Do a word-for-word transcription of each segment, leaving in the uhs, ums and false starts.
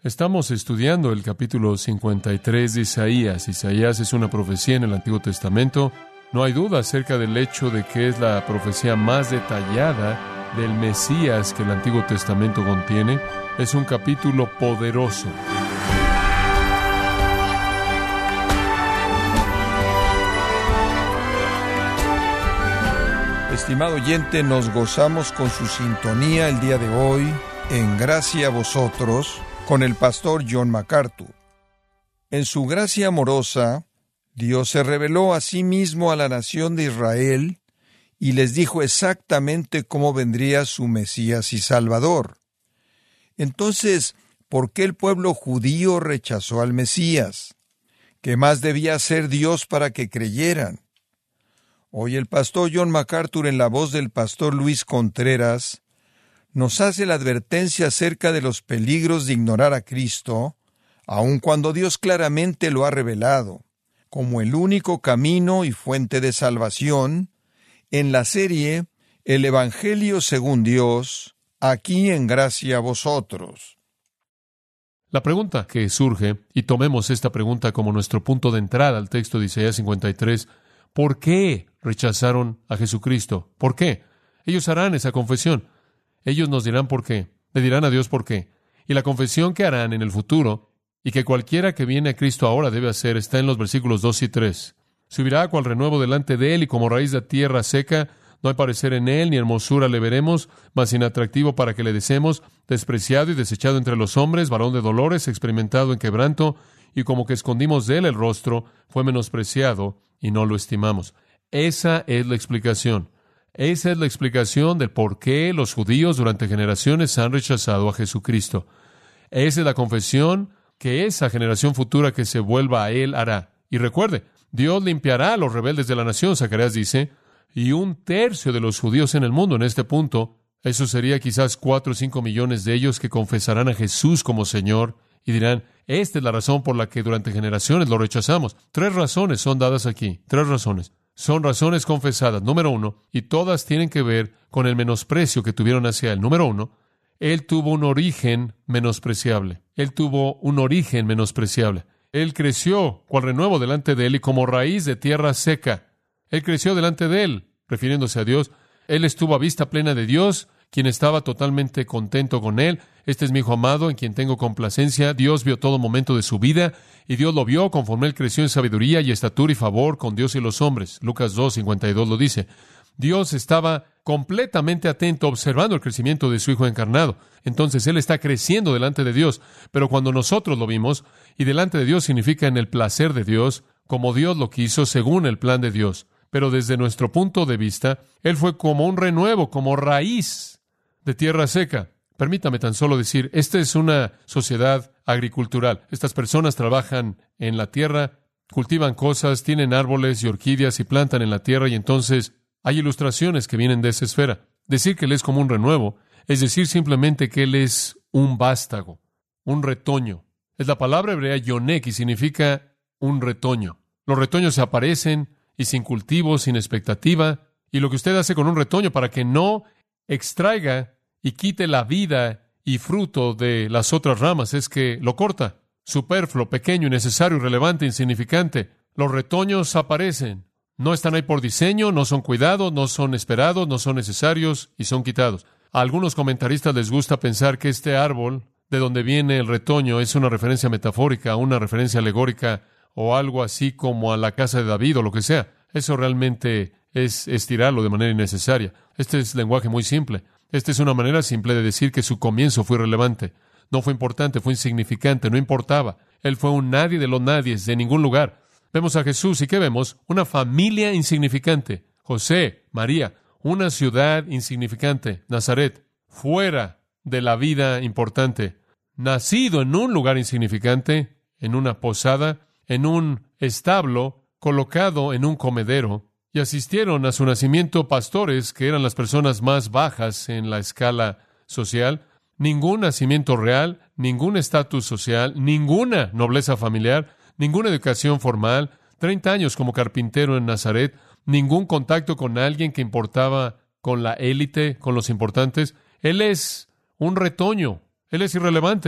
Estamos estudiando el capítulo cincuenta y tres de Isaías. Isaías es una profecía en el Antiguo Testamento. No hay duda acerca del hecho de que es la profecía más detallada del Mesías que el Antiguo Testamento contiene. Es un capítulo poderoso. Estimado oyente, nos gozamos con su sintonía el día de hoy, en Gracia a Vosotros, con el pastor John MacArthur. En su gracia amorosa, Dios se reveló a sí mismo a la nación de Israel y les dijo exactamente cómo vendría su Mesías y Salvador. Entonces, ¿por qué el pueblo judío rechazó al Mesías? ¿Qué más debía hacer Dios para que creyeran? Hoy el pastor John MacArthur, en la voz del pastor Luis Contreras, nos hace la advertencia acerca de los peligros de ignorar a Cristo, aun cuando Dios claramente lo ha revelado, como el único camino y fuente de salvación, en la serie El Evangelio según Dios, aquí en Gracia a Vosotros. La pregunta que surge, y tomemos esta pregunta como nuestro punto de entrada al texto de Isaías cincuenta y tres, ¿por qué rechazaron a Jesucristo? ¿Por qué? Ellos harán esa confesión. Ellos nos dirán por qué. Le dirán a Dios por qué. Y la confesión que harán en el futuro, y que cualquiera que viene a Cristo ahora debe hacer, está en los versículos dos y tres. Subirá cual renuevo delante de él, y como raíz de tierra seca, no hay parecer en él, ni hermosura le veremos, mas inatractivo para que le deseemos, despreciado y desechado entre los hombres, varón de dolores, experimentado en quebranto, y como que escondimos de él el rostro, fue menospreciado, y no lo estimamos. Esa es la explicación. Esa es la explicación del por qué los judíos durante generaciones han rechazado a Jesucristo. Esa es la confesión que esa generación futura que se vuelva a Él hará. Y recuerde, Dios limpiará a los rebeldes de la nación, Zacarías dice, y un tercio de los judíos en el mundo en este punto, eso sería quizás cuatro o cinco millones de ellos que confesarán a Jesús como Señor y dirán, esta es la razón por la que durante generaciones lo rechazamos. Tres razones son dadas aquí, tres razones. Son razones confesadas, número uno, y todas tienen que ver con el menosprecio que tuvieron hacia Él. Número uno, Él tuvo un origen menospreciable. Él tuvo un origen menospreciable. Él creció cual renuevo delante de Él y como raíz de tierra seca. Él creció delante de Él, refiriéndose a Dios. Él estuvo a vista plena de Dios, quien estaba totalmente contento con Él. Este es mi Hijo amado, en quien tengo complacencia. Dios vio todo momento de su vida, y Dios lo vio conforme Él creció en sabiduría y estatura y favor con Dios y los hombres. Lucas dos, cincuenta y dos lo dice. Dios estaba completamente atento, observando el crecimiento de su Hijo encarnado. Entonces, Él está creciendo delante de Dios. Pero cuando nosotros lo vimos, y delante de Dios significa en el placer de Dios, como Dios lo quiso, según el plan de Dios. Pero desde nuestro punto de vista, Él fue como un renuevo, como raíz de tierra seca. Permítame tan solo decir, esta es una sociedad agricultural. Estas personas trabajan en la tierra, cultivan cosas, tienen árboles y orquídeas y plantan en la tierra, y entonces hay ilustraciones que vienen de esa esfera. Decir que Él es como un renuevo es decir simplemente que Él es un vástago, un retoño. Es la palabra hebrea yonek y significa un retoño. Los retoños se aparecen y sin cultivo, sin expectativa, y lo que usted hace con un retoño para que no extraiga y quite la vida y fruto de las otras ramas es que lo corta. Superfluo, pequeño, innecesario, irrelevante, insignificante. Los retoños aparecen. No están ahí por diseño, no son cuidados, no son esperados, no son necesarios y son quitados. A algunos comentaristas les gusta pensar que este árbol, de donde viene el retoño, es una referencia metafórica, una referencia alegórica o algo así como a la casa de David o lo que sea. Eso realmente es estirarlo de manera innecesaria. Este es lenguaje muy simple. Esta es una manera simple de decir que su comienzo fue irrelevante. No fue importante, fue insignificante, no importaba. Él fue un nadie de los nadies, de ningún lugar. Vemos a Jesús y ¿qué vemos? Una familia insignificante. José, María, una ciudad insignificante. Nazaret, fuera de la vida importante. Nacido en un lugar insignificante, en una posada, en un establo, colocado en un comedero. Y asistieron a su nacimiento pastores que eran las personas más bajas en la escala social. Ningún nacimiento real, ningún estatus social, ninguna nobleza familiar, ninguna educación formal, treinta años como carpintero en Nazaret, ningún contacto con alguien que importaba con la élite, con los importantes. Él es un retoño, él es irrelevante.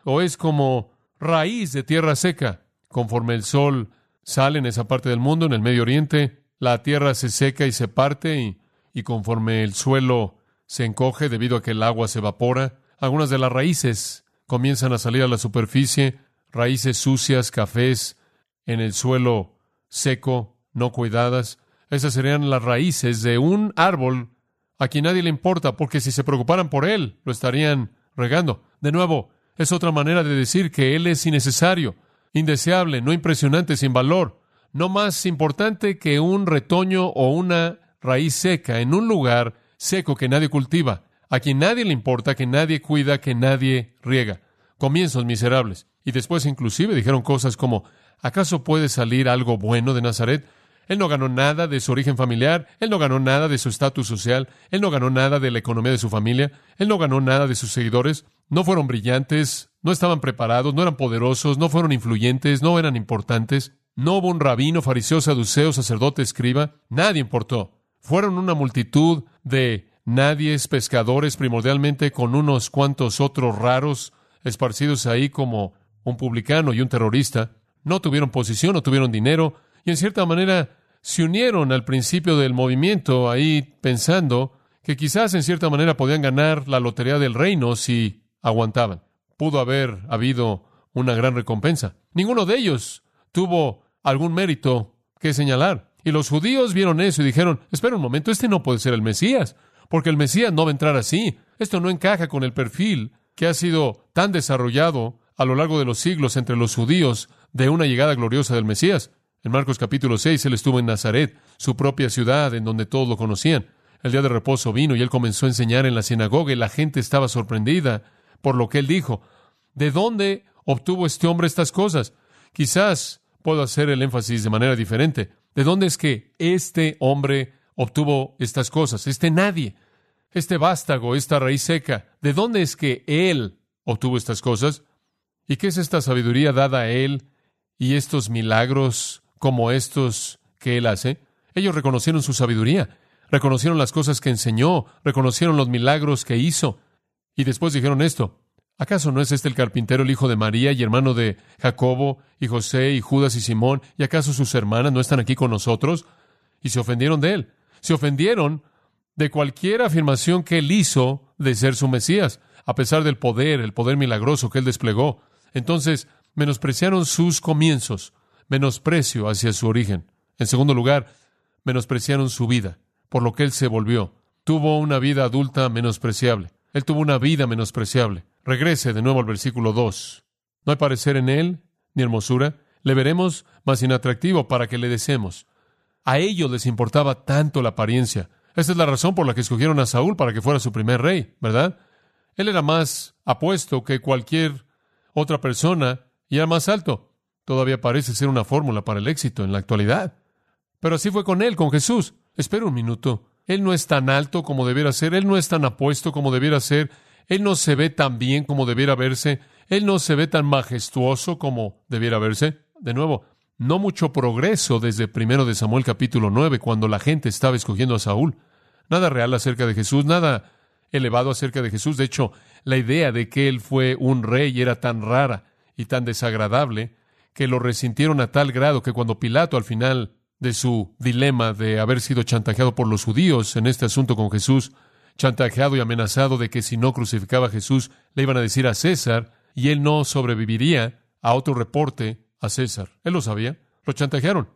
o es como raíz de tierra seca. Conforme el sol sale en esa parte del mundo, en el Medio Oriente, la tierra se seca y se parte, y, y conforme el suelo se encoge debido a que el agua se evapora, algunas de las raíces comienzan a salir a la superficie, raíces sucias, cafés, en el suelo seco, no cuidadas. Esas serían las raíces de un árbol a quien nadie le importa, porque si se preocuparan por él, lo estarían regando. De nuevo, es otra manera de decir que él es innecesario, indeseable, no impresionante, sin valor, no más importante que un retoño o una raíz seca en un lugar seco que nadie cultiva, a quien nadie le importa, que nadie cuida, que nadie riega. Comienzos miserables. Y después inclusive dijeron cosas como, ¿acaso puede salir algo bueno de Nazaret? Él no ganó nada de su origen familiar, él no ganó nada de su estatus social, él no ganó nada de la economía de su familia, él no ganó nada de sus seguidores, no fueron brillantes, no estaban preparados, no eran poderosos, no fueron influyentes, no eran importantes, no hubo un rabino, fariseo, saduceo, sacerdote, escriba, nadie importó. Fueron una multitud de nadies, pescadores primordialmente, con unos cuantos otros raros esparcidos ahí como un publicano y un terrorista. No tuvieron posición, no tuvieron dinero, y en cierta manera se unieron al principio del movimiento ahí pensando que quizás en cierta manera podían ganar la lotería del reino si aguantaban. Pudo haber habido una gran recompensa. Ninguno de ellos tuvo algún mérito que señalar. Y los judíos vieron eso y dijeron, espera un momento, este no puede ser el Mesías, porque el Mesías no va a entrar así. Esto no encaja con el perfil que ha sido tan desarrollado a lo largo de los siglos entre los judíos de una llegada gloriosa del Mesías. En Marcos capítulo seis, él estuvo en Nazaret, su propia ciudad, en donde todos lo conocían. El día de reposo vino y él comenzó a enseñar en la sinagoga y la gente estaba sorprendida por lo que él dijo. ¿De dónde obtuvo este hombre estas cosas? Quizás puedo hacer el énfasis de manera diferente. ¿De dónde es que este hombre obtuvo estas cosas? Este nadie, este vástago, esta raíz seca. ¿De dónde es que él obtuvo estas cosas? ¿Y qué es esta sabiduría dada a él y estos milagros como estos que él hace? Ellos reconocieron su sabiduría, reconocieron las cosas que enseñó, reconocieron los milagros que hizo. Y después dijeron esto, ¿acaso no es este el carpintero, el hijo de María y hermano de Jacobo y José y Judas y Simón? ¿Y acaso sus hermanas no están aquí con nosotros? Y se ofendieron de él. Se ofendieron de cualquier afirmación que él hizo de ser su Mesías, a pesar del poder, el poder milagroso que él desplegó. Entonces, menospreciaron sus comienzos, menosprecio hacia su origen. En segundo lugar, menospreciaron su vida, por lo que él se volvió. Tuvo una vida adulta menospreciable. Él tuvo una vida menospreciable. Regrese de nuevo al versículo dos. No hay parecer en él, ni hermosura. Le veremos más inatractivo para que le deseemos. A ellos les importaba tanto la apariencia. Esta es la razón por la que escogieron a Saúl para que fuera su primer rey, ¿verdad? Él era más apuesto que cualquier otra persona y era más alto. Todavía parece ser una fórmula para el éxito en la actualidad. Pero así fue con él, con Jesús. Espera un minuto. Él no es tan alto como debiera ser. Él no es tan apuesto como debiera ser. Él no se ve tan bien como debiera verse. Él no se ve tan majestuoso como debiera verse. De nuevo, no mucho progreso desde primero de Samuel capítulo nueve, cuando la gente estaba escogiendo a Saúl. Nada real acerca de Jesús, nada elevado acerca de Jesús. De hecho, la idea de que él fue un rey era tan rara y tan desagradable que lo resintieron a tal grado que cuando Pilato, al final de su dilema de haber sido chantajeado por los judíos en este asunto con Jesús, chantajeado y amenazado de que si no crucificaba a Jesús, le iban a decir a César y él no sobreviviría a otro reporte a César. Él lo sabía. Lo chantajearon.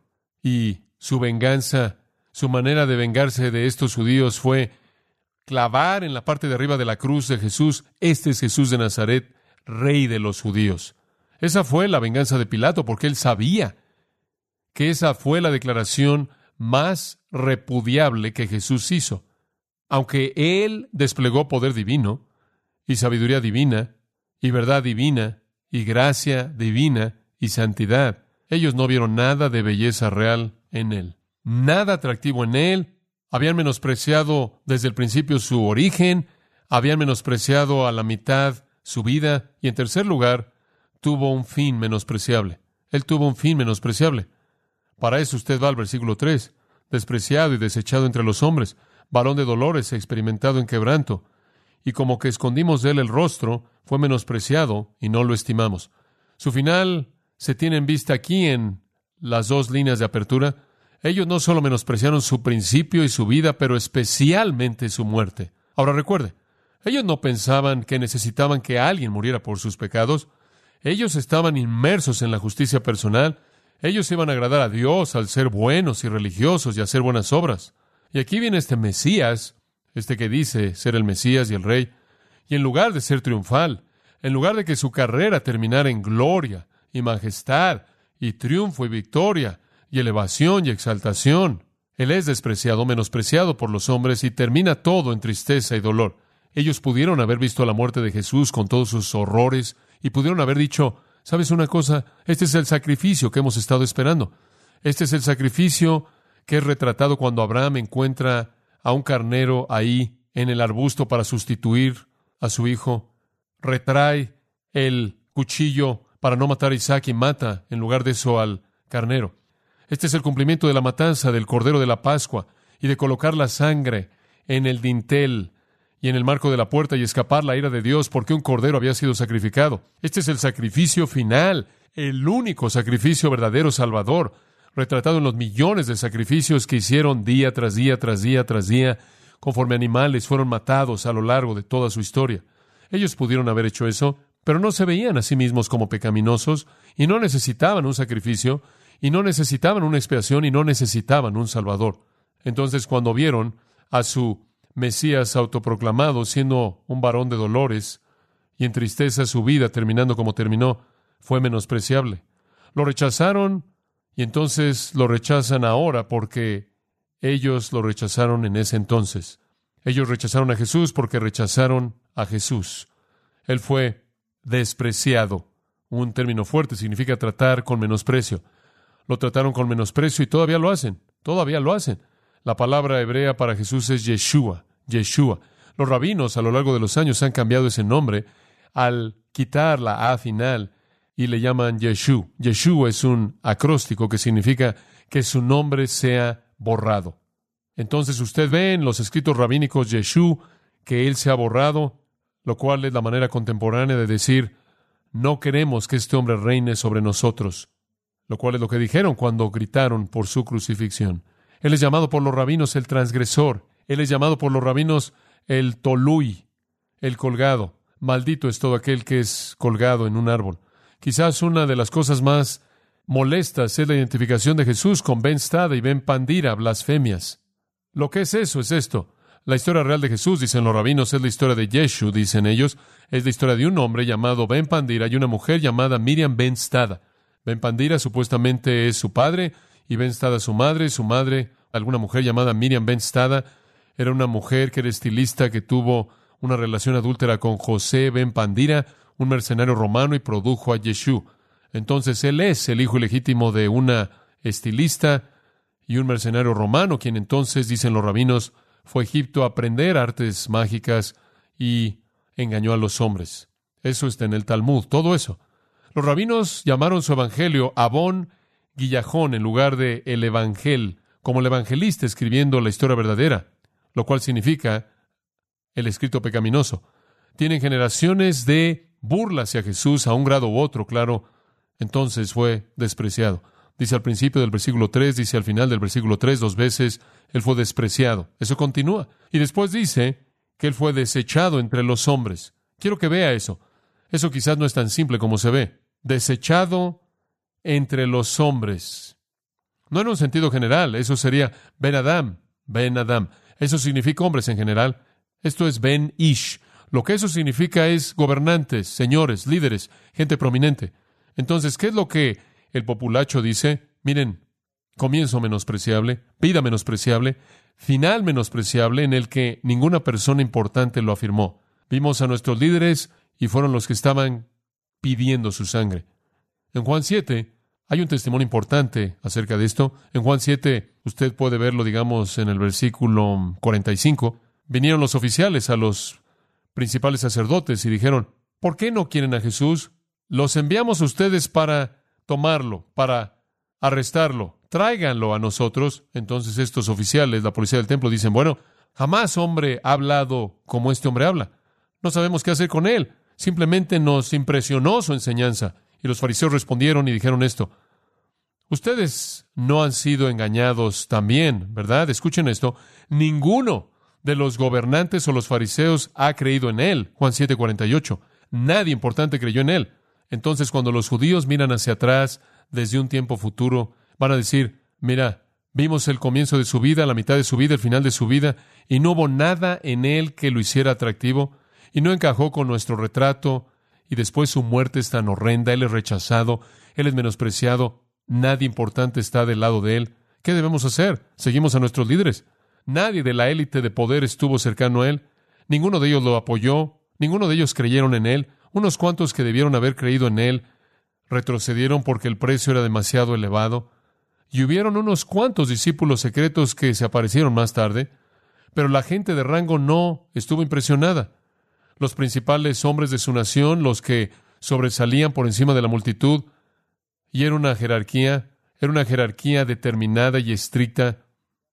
Y su venganza, su manera de vengarse de estos judíos fue clavar en la parte de arriba de la cruz de Jesús, este es Jesús de Nazaret, rey de los judíos. Esa fue la venganza de Pilato, porque él sabía que esa fue la declaración más repudiable que Jesús hizo. Aunque él desplegó poder divino, y sabiduría divina, y verdad divina, y gracia divina, y santidad, ellos no vieron nada de belleza real en él. Nada atractivo en él. Habían menospreciado desde el principio su origen, habían menospreciado a la mitad su vida, y en tercer lugar, tuvo un fin menospreciable. Él tuvo un fin menospreciable. Para eso usted va al versículo tres. Despreciado y desechado entre los hombres, varón de dolores, experimentado en quebranto, y como que escondimos de él el rostro, fue menospreciado y no lo estimamos. Su final se tiene en vista aquí en las dos líneas de apertura. Ellos no solo menospreciaron su principio y su vida, pero especialmente su muerte. Ahora recuerde, ellos no pensaban que necesitaban que alguien muriera por sus pecados. Ellos estaban inmersos en la justicia personal. Ellos iban a agradar a Dios al ser buenos y religiosos y hacer buenas obras. Y aquí viene este Mesías, este que dice ser el Mesías y el Rey, y en lugar de ser triunfal, en lugar de que su carrera terminara en gloria y majestad y triunfo y victoria y elevación y exaltación, Él es despreciado, menospreciado por los hombres y termina todo en tristeza y dolor. Ellos pudieron haber visto la muerte de Jesús con todos sus horrores y pudieron haber dicho, ¿sabes una cosa? Este es el sacrificio que hemos estado esperando. Este es el sacrificio que es retratado cuando Abraham encuentra a un carnero ahí en el arbusto para sustituir a su hijo. Retrae el cuchillo para no matar a Isaac y mata en lugar de eso al carnero. Este es el cumplimiento de la matanza del Cordero de la Pascua y de colocar la sangre en el dintel y en el marco de la puerta y escapar la ira de Dios porque un cordero había sido sacrificado. Este es el sacrificio final, el único sacrificio verdadero salvador, retratado en los millones de sacrificios que hicieron día tras día, tras día, tras día, conforme animales fueron matados a lo largo de toda su historia. Ellos pudieron haber hecho eso, pero no se veían a sí mismos como pecaminosos y no necesitaban un sacrificio y no necesitaban una expiación y no necesitaban un Salvador. Entonces, cuando vieron a su Mesías autoproclamado siendo un varón de dolores y en tristeza su vida terminando como terminó, fue menospreciable. Lo rechazaron y entonces lo rechazan ahora porque ellos lo rechazaron en ese entonces. Ellos rechazaron a Jesús porque rechazaron a Jesús. Él fue despreciado. Un término fuerte, significa tratar con menosprecio. Lo trataron con menosprecio y todavía lo hacen. Todavía lo hacen. La palabra hebrea para Jesús es Yeshua. Yeshua. Los rabinos a lo largo de los años han cambiado ese nombre al quitar la A final y le llaman Yeshu. Yeshua es un acróstico que significa que su nombre sea borrado. Entonces usted ve en los escritos rabínicos Yeshu que él se ha borrado, lo cual es la manera contemporánea de decir no queremos que este hombre reine sobre nosotros, lo cual es lo que dijeron cuando gritaron por su crucifixión. Él es llamado por los rabinos el transgresor. Él es llamado por los rabinos el tolui, el colgado. Maldito es todo aquel que es colgado en un árbol. Quizás una de las cosas más molestas es la identificación de Jesús con Ben Stada y Ben Pandira, blasfemias. Lo que es eso es esto. La historia real de Jesús, dicen los rabinos, es la historia de Yeshu, dicen ellos. Es la historia de un hombre llamado Ben Pandira y una mujer llamada Miriam Ben Stada. Ben Pandira supuestamente es su padre y Ben Stada su madre. Su madre, alguna mujer llamada Miriam Ben Stada, era una mujer que era estilista que tuvo una relación adúltera con José Ben Pandira, un mercenario romano, y produjo a Yeshu. Entonces él es el hijo ilegítimo de una estilista y un mercenario romano, quien entonces, dicen los rabinos, fue a Egipto a aprender artes mágicas y engañó a los hombres. Eso está en el Talmud, todo eso. Los rabinos llamaron su evangelio Abón Guillajón en lugar de el Evangel, como el evangelista escribiendo la historia verdadera, lo cual significa el escrito pecaminoso. Tienen generaciones de burla hacia Jesús a un grado u otro, claro. Entonces fue despreciado. Dice al principio del versículo tres, dice al final del versículo tres, dos veces, Él fue despreciado. Eso continúa. Y después dice que Él fue desechado entre los hombres. Quiero que vea eso. Eso quizás no es tan simple como se ve. Desechado entre los hombres. No en un sentido general. Eso sería Ben Adam. Ben Adam. Eso significa hombres en general. Esto es Ben Ish. Lo que eso significa es gobernantes, señores, líderes, gente prominente. Entonces, ¿qué es lo que el populacho dice? Miren, comienzo menospreciable, vida menospreciable, final menospreciable en el que ninguna persona importante lo afirmó. Vimos a nuestros líderes y fueron los que estaban pidiendo su sangre. En Juan siete hay un testimonio importante acerca de esto. En Juan siete, usted puede verlo, digamos, en el versículo cuarenta y cinco. Vinieron los oficiales a los principales sacerdotes y dijeron, ¿por qué no quieren a Jesús? Los enviamos a ustedes para tomarlo, para arrestarlo. Tráiganlo a nosotros. Entonces estos oficiales, la policía del templo, dicen, bueno, jamás hombre ha hablado como este hombre habla. No sabemos qué hacer con él. Simplemente nos impresionó su enseñanza. Y los fariseos respondieron y dijeron esto: ustedes no han sido engañados también, ¿verdad? Escuchen esto. Ninguno de los gobernantes o los fariseos ha creído en él. Juan siete cuarenta y ocho. Nadie importante creyó en él. Entonces, cuando los judíos miran hacia atrás desde un tiempo futuro, van a decir: mira, vimos el comienzo de su vida, la mitad de su vida, el final de su vida, y no hubo nada en él que lo hiciera atractivo, y no encajó con nuestro retrato, y después su muerte es tan horrenda, él es rechazado, él es menospreciado, nadie importante está del lado de él. ¿Qué debemos hacer? Seguimos a nuestros líderes. Nadie de la élite de poder estuvo cercano a él, ninguno de ellos lo apoyó, ninguno de ellos creyeron en él. Unos cuantos que debieron haber creído en él retrocedieron porque el precio era demasiado elevado, y hubieron unos cuantos discípulos secretos que se aparecieron más tarde, pero la gente de rango no estuvo impresionada. Los principales hombres de su nación, los que sobresalían por encima de la multitud, y era una jerarquía, era una jerarquía determinada y estricta,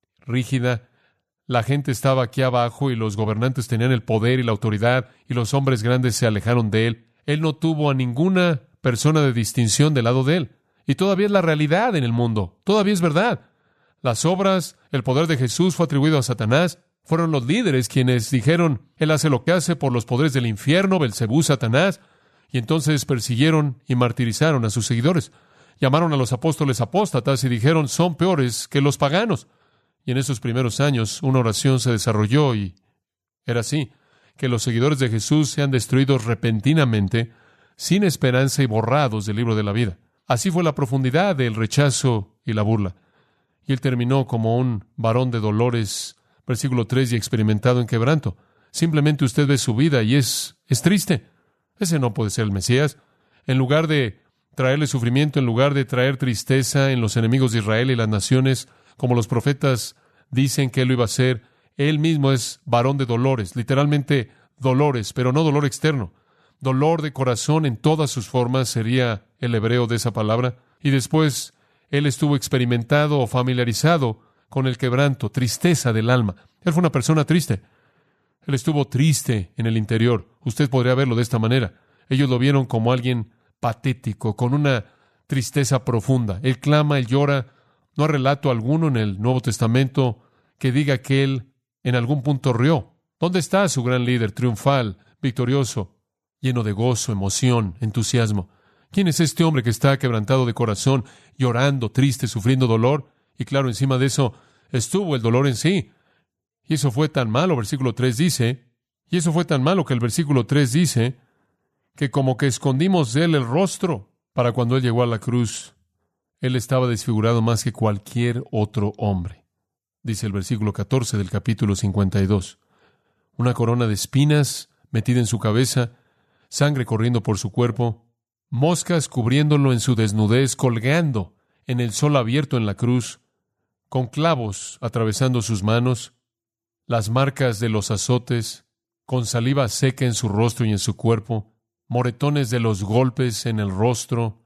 rígida. La gente estaba aquí abajo y los gobernantes tenían el poder y la autoridad, y los hombres grandes se alejaron de él. Él no tuvo a ninguna persona de distinción del lado de él. Y todavía es la realidad en el mundo. Todavía es verdad. Las obras, el poder de Jesús fue atribuido a Satanás. Fueron los líderes quienes dijeron: él hace lo que hace por los poderes del infierno, Belcebú, Satanás. Y entonces persiguieron y martirizaron a sus seguidores. Llamaron a los apóstoles apóstatas y dijeron: son peores que los paganos. Y en esos primeros años una oración se desarrolló y era así: que los seguidores de Jesús sean destruidos repentinamente, sin esperanza y borrados del libro de la vida. Así fue la profundidad del rechazo y la burla. Y él terminó como un varón de dolores, versículo tres, y experimentado en quebranto. Simplemente usted ve su vida y es, es triste. Ese no puede ser el Mesías. En lugar de traerle sufrimiento, en lugar de traer tristeza en los enemigos de Israel y las naciones, como los profetas dicen que él lo iba a hacer, él mismo es varón de dolores, literalmente dolores, pero no dolor externo. Dolor de corazón en todas sus formas sería el hebreo de esa palabra. Y después él estuvo experimentado o familiarizado con el quebranto, tristeza del alma. Él fue una persona triste. Él estuvo triste en el interior. Usted podría verlo de esta manera. Ellos lo vieron como alguien patético, con una tristeza profunda. Él clama, él llora. No hay relato alguno en el Nuevo Testamento que diga que él en algún punto rió. ¿Dónde está su gran líder, triunfal, victorioso, lleno de gozo, emoción, entusiasmo? ¿Quién es este hombre que está quebrantado de corazón, llorando, triste, sufriendo dolor? Y claro, encima de eso estuvo el dolor en sí. Y eso fue tan malo, versículo tres dice, y eso fue tan malo que el versículo tres dice, que como que escondimos de él el rostro, para cuando él llegó a la cruz, él estaba desfigurado más que cualquier otro hombre. Dice el versículo catorce del capítulo cincuenta y dos. Una corona de espinas metida en su cabeza, sangre corriendo por su cuerpo, moscas cubriéndolo en su desnudez, colgando en el sol abierto en la cruz, con clavos atravesando sus manos, las marcas de los azotes, con saliva seca en su rostro y en su cuerpo, moretones de los golpes en el rostro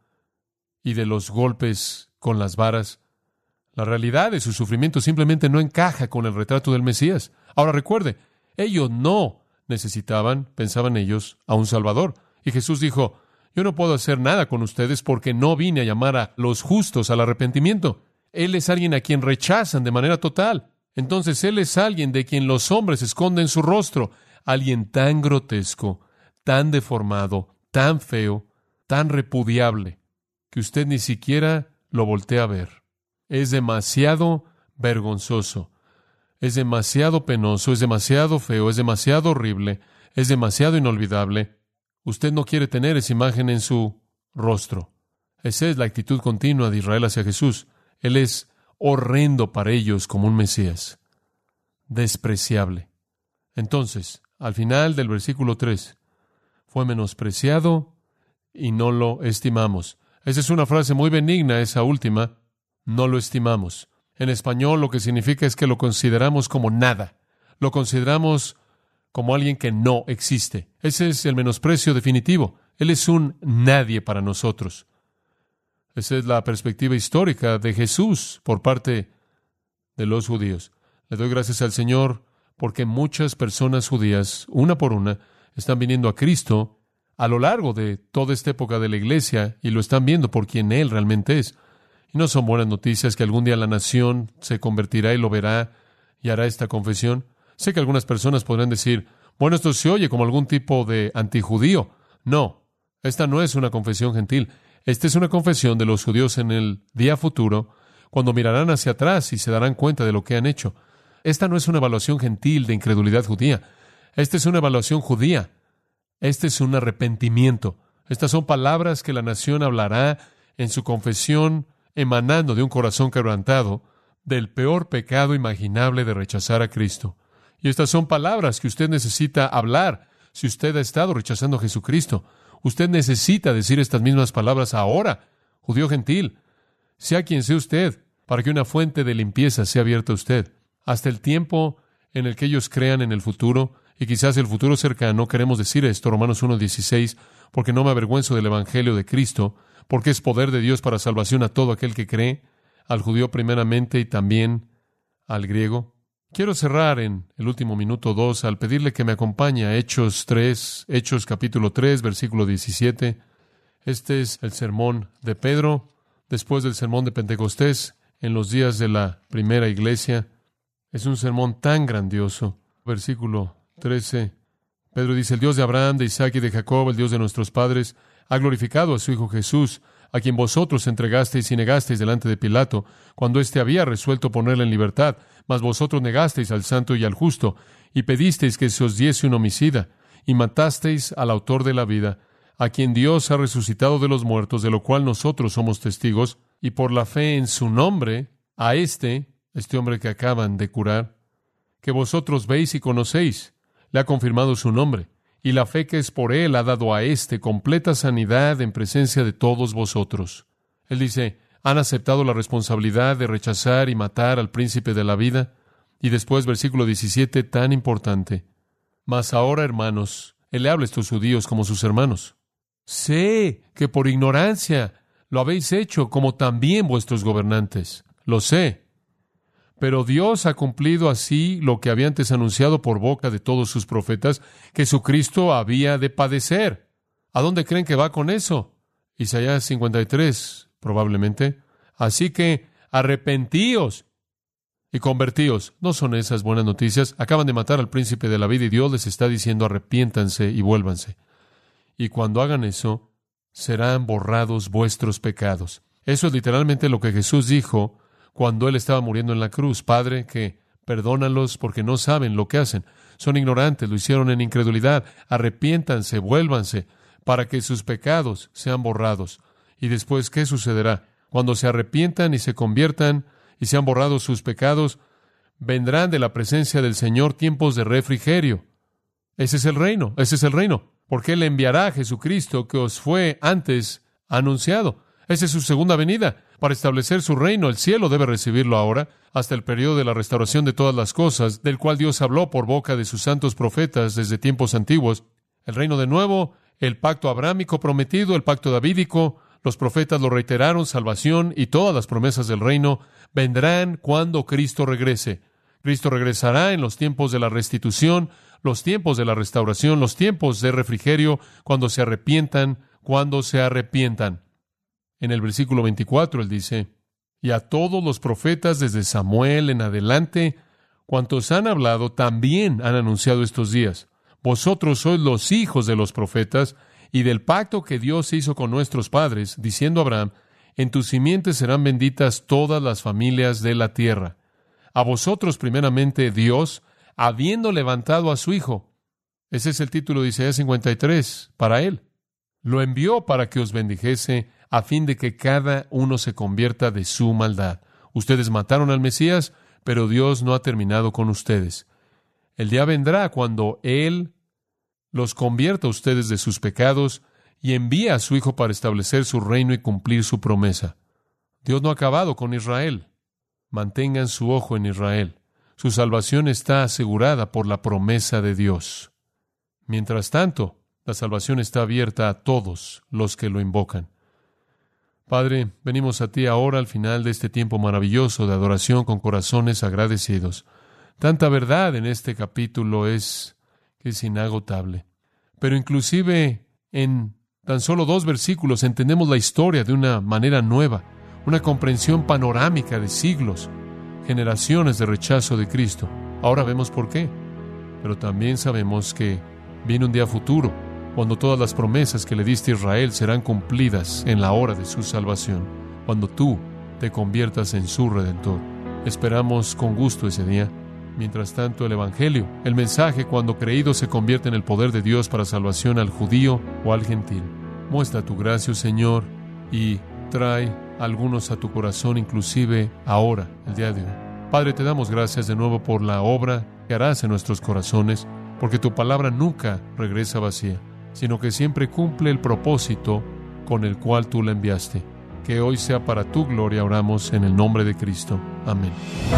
y de los golpes con las varas. La realidad de su sufrimiento simplemente no encaja con el retrato del Mesías. Ahora recuerde, ellos no necesitaban, pensaban ellos, a un Salvador. Y Jesús dijo: yo no puedo hacer nada con ustedes porque no vine a llamar a los justos al arrepentimiento. Él es alguien a quien rechazan de manera total. Entonces Él es alguien de quien los hombres esconden su rostro. Alguien tan grotesco, tan deformado, tan feo, tan repudiable, que usted ni siquiera lo voltea a ver. Es demasiado vergonzoso. Es demasiado penoso, es demasiado feo, es demasiado horrible, es demasiado inolvidable. Usted no quiere tener esa imagen en su rostro. Esa es la actitud continua de Israel hacia Jesús. Él es horrendo para ellos como un Mesías. Despreciable. Entonces, al final del versículo tres, fue menospreciado y no lo estimamos. Esa es una frase muy benigna, esa última. No lo estimamos. En español lo que significa es que lo consideramos como nada. Lo consideramos como alguien que no existe. Ese es el menosprecio definitivo. Él es un nadie para nosotros. Esa es la perspectiva histórica de Jesús por parte de los judíos. Le doy gracias al Señor porque muchas personas judías, una por una, están viniendo a Cristo a lo largo de toda esta época de la iglesia y lo están viendo por quien Él realmente es. Y no son buenas noticias que algún día la nación se convertirá y lo verá y hará esta confesión. Sé que algunas personas podrán decir, bueno, esto se oye como algún tipo de antijudío. No, esta no es una confesión gentil. Esta es una confesión de los judíos en el día futuro, cuando mirarán hacia atrás y se darán cuenta de lo que han hecho. Esta no es una evaluación gentil de incredulidad judía. Esta es una evaluación judía. Este es un arrepentimiento. Estas son palabras que la nación hablará en su confesión, emanando de un corazón quebrantado del peor pecado imaginable de rechazar a Cristo. Y estas son palabras que usted necesita hablar si usted ha estado rechazando a Jesucristo. Usted necesita decir estas mismas palabras ahora, judío gentil, sea quien sea usted, para que una fuente de limpieza sea abierta a usted. Hasta el tiempo en el que ellos crean en el futuro, y quizás el futuro cercano, queremos decir esto, Romanos uno dieciséis, porque no me avergüenzo del Evangelio de Cristo, porque es poder de Dios para salvación a todo aquel que cree, al judío primeramente y también al griego. Quiero cerrar en el último minuto dos al pedirle que me acompañe a Hechos tres, Hechos capítulo tres, versículo diecisiete. Este es el sermón de Pedro, después del sermón de Pentecostés, en los días de la primera iglesia. Es un sermón tan grandioso. Versículo trece. Pedro dice, el Dios de Abraham, de Isaac y de Jacob, el Dios de nuestros padres, ha glorificado a su Hijo Jesús, a quien vosotros entregasteis y negasteis delante de Pilato, cuando éste había resuelto ponerle en libertad, mas vosotros negasteis al santo y al justo, y pedisteis que se os diese un homicida, y matasteis al autor de la vida, a quien Dios ha resucitado de los muertos, de lo cual nosotros somos testigos, y por la fe en su nombre, a este, este hombre que acaban de curar, que vosotros veis y conocéis, le ha confirmado su nombre, y la fe que es por él ha dado a éste completa sanidad en presencia de todos vosotros. Él dice, han aceptado la responsabilidad de rechazar y matar al príncipe de la vida. Y después, versículo diecisiete, tan importante. Mas ahora, hermanos, él le habla a estos judíos como sus hermanos. Sé que por ignorancia lo habéis hecho, como también vuestros gobernantes. Lo sé. Pero Dios ha cumplido así lo que había antes anunciado por boca de todos sus profetas, que su Cristo había de padecer. ¿A dónde creen que va con eso? Isaías cincuenta y tres, probablemente. Así que arrepentíos y convertíos. ¿No son esas buenas noticias? Acaban de matar al príncipe de la vida y Dios les está diciendo arrepiéntanse y vuélvanse. Y cuando hagan eso, serán borrados vuestros pecados. Eso es literalmente lo que Jesús dijo cuando Él estaba muriendo en la cruz. Padre, que perdónalos porque no saben lo que hacen. Son ignorantes, lo hicieron en incredulidad. Arrepiéntanse, vuélvanse, para que sus pecados sean borrados. Y después, ¿qué sucederá? Cuando se arrepientan y se conviertan y sean borrados sus pecados, vendrán de la presencia del Señor tiempos de refrigerio. Ese es el reino, ese es el reino. Porque Él enviará a Jesucristo que os fue antes anunciado. Esa es su segunda venida. Para establecer su reino, el cielo debe recibirlo ahora, hasta el periodo de la restauración de todas las cosas, del cual Dios habló por boca de sus santos profetas desde tiempos antiguos. El reino de nuevo, el pacto abrámico prometido, el pacto davídico, los profetas lo reiteraron, salvación y todas las promesas del reino vendrán cuando Cristo regrese. Cristo regresará en los tiempos de la restitución, los tiempos de la restauración, los tiempos de refrigerio, cuando se arrepientan, cuando se arrepientan. En el versículo veinticuatro, Él dice, y a todos los profetas desde Samuel en adelante, cuantos han hablado, también han anunciado estos días. Vosotros sois los hijos de los profetas y del pacto que Dios hizo con nuestros padres, diciendo a Abraham, en tus simientes serán benditas todas las familias de la tierra. A vosotros primeramente Dios, habiendo levantado a su Hijo. Ese es el título de Isaías cincuenta y tres, para Él. Lo envió para que os bendijese, a fin de que cada uno se convierta de su maldad. Ustedes mataron al Mesías, pero Dios no ha terminado con ustedes. El día vendrá cuando Él los convierta a ustedes de sus pecados y envía a su Hijo para establecer su reino y cumplir su promesa. Dios no ha acabado con Israel. Mantengan su ojo en Israel. Su salvación está asegurada por la promesa de Dios. Mientras tanto, la salvación está abierta a todos los que lo invocan. Padre, venimos a ti ahora al final de este tiempo maravilloso de adoración con corazones agradecidos. Tanta verdad en este capítulo es que es inagotable. Pero inclusive en tan solo dos versículos entendemos la historia de una manera nueva, una comprensión panorámica de siglos, generaciones de rechazo de Cristo. Ahora vemos por qué, pero también sabemos que viene un día futuro, cuando todas las promesas que le diste a Israel serán cumplidas en la hora de su salvación, cuando tú te conviertas en su Redentor. Esperamos con gusto ese día. Mientras tanto, el Evangelio, el mensaje cuando creído se convierte en el poder de Dios para salvación al judío o al gentil. Muestra tu gracia, Señor, y trae algunos a tu corazón, inclusive ahora, el día de hoy. Padre, te damos gracias de nuevo por la obra que harás en nuestros corazones, porque tu palabra nunca regresa vacía, sino que siempre cumple el propósito con el cual tú la enviaste. Que hoy sea para tu gloria, oramos en el nombre de Cristo. Amén.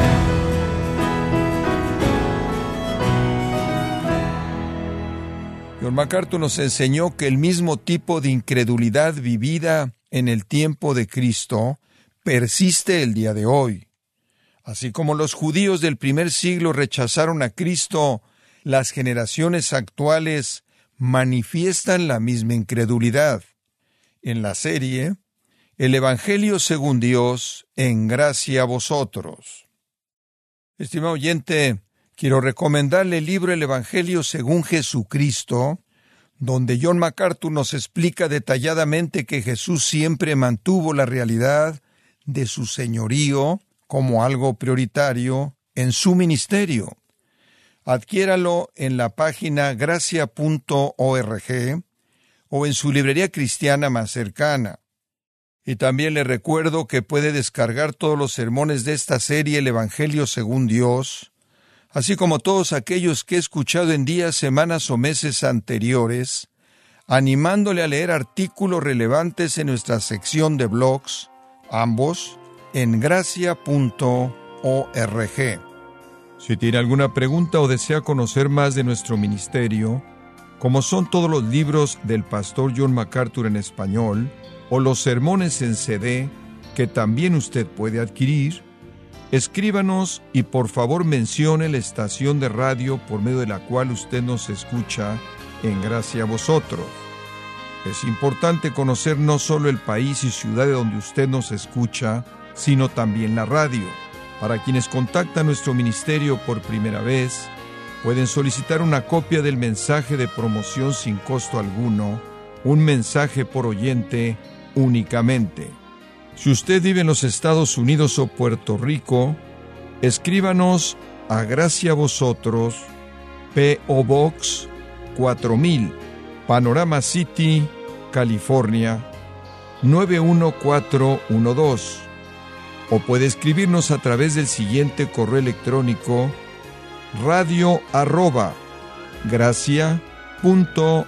John MacArthur nos enseñó que el mismo tipo de incredulidad vivida en el tiempo de Cristo persiste el día de hoy. Así como los judíos del primer siglo rechazaron a Cristo, las generaciones actuales manifiestan la misma incredulidad. En la serie, El Evangelio según Dios, en gracia a vosotros. Estimado oyente, quiero recomendarle el libro El Evangelio según Jesucristo, donde John MacArthur nos explica detalladamente que Jesús siempre mantuvo la realidad de su señorío como algo prioritario en su ministerio. Adquiéralo en la página gracia punto org o en su librería cristiana más cercana. Y también le recuerdo que puede descargar todos los sermones de esta serie El Evangelio según Dios, así como todos aquellos que he escuchado en días, semanas o meses anteriores, animándole a leer artículos relevantes en nuestra sección de blogs, ambos en gracia punto org. Si tiene alguna pregunta o desea conocer más de nuestro ministerio, como son todos los libros del pastor John MacArthur en español, o los sermones en C D que también usted puede adquirir, escríbanos y por favor mencione la estación de radio por medio de la cual usted nos escucha en Gracia a Vosotros. Es importante conocer no solo el país y ciudad de donde usted nos escucha, sino también la radio. Para quienes contactan nuestro ministerio por primera vez, pueden solicitar una copia del mensaje de promoción sin costo alguno, un mensaje por oyente únicamente. Si usted vive en los Estados Unidos o Puerto Rico, escríbanos a Gracia a Vosotros, P O Box cuatro mil, Panorama City, California, nueve uno cuatro uno dos. O puede escribirnos a través del siguiente correo electrónico: radio arroba gracia punto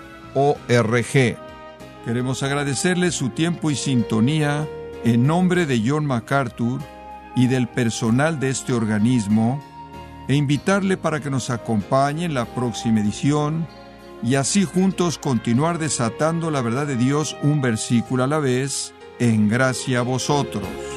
org. Queremos agradecerle su tiempo y sintonía en nombre de John MacArthur y del personal de este organismo, e invitarle para que nos acompañe en la próxima edición y así juntos continuar desatando la verdad de Dios un versículo a la vez en gracia a vosotros.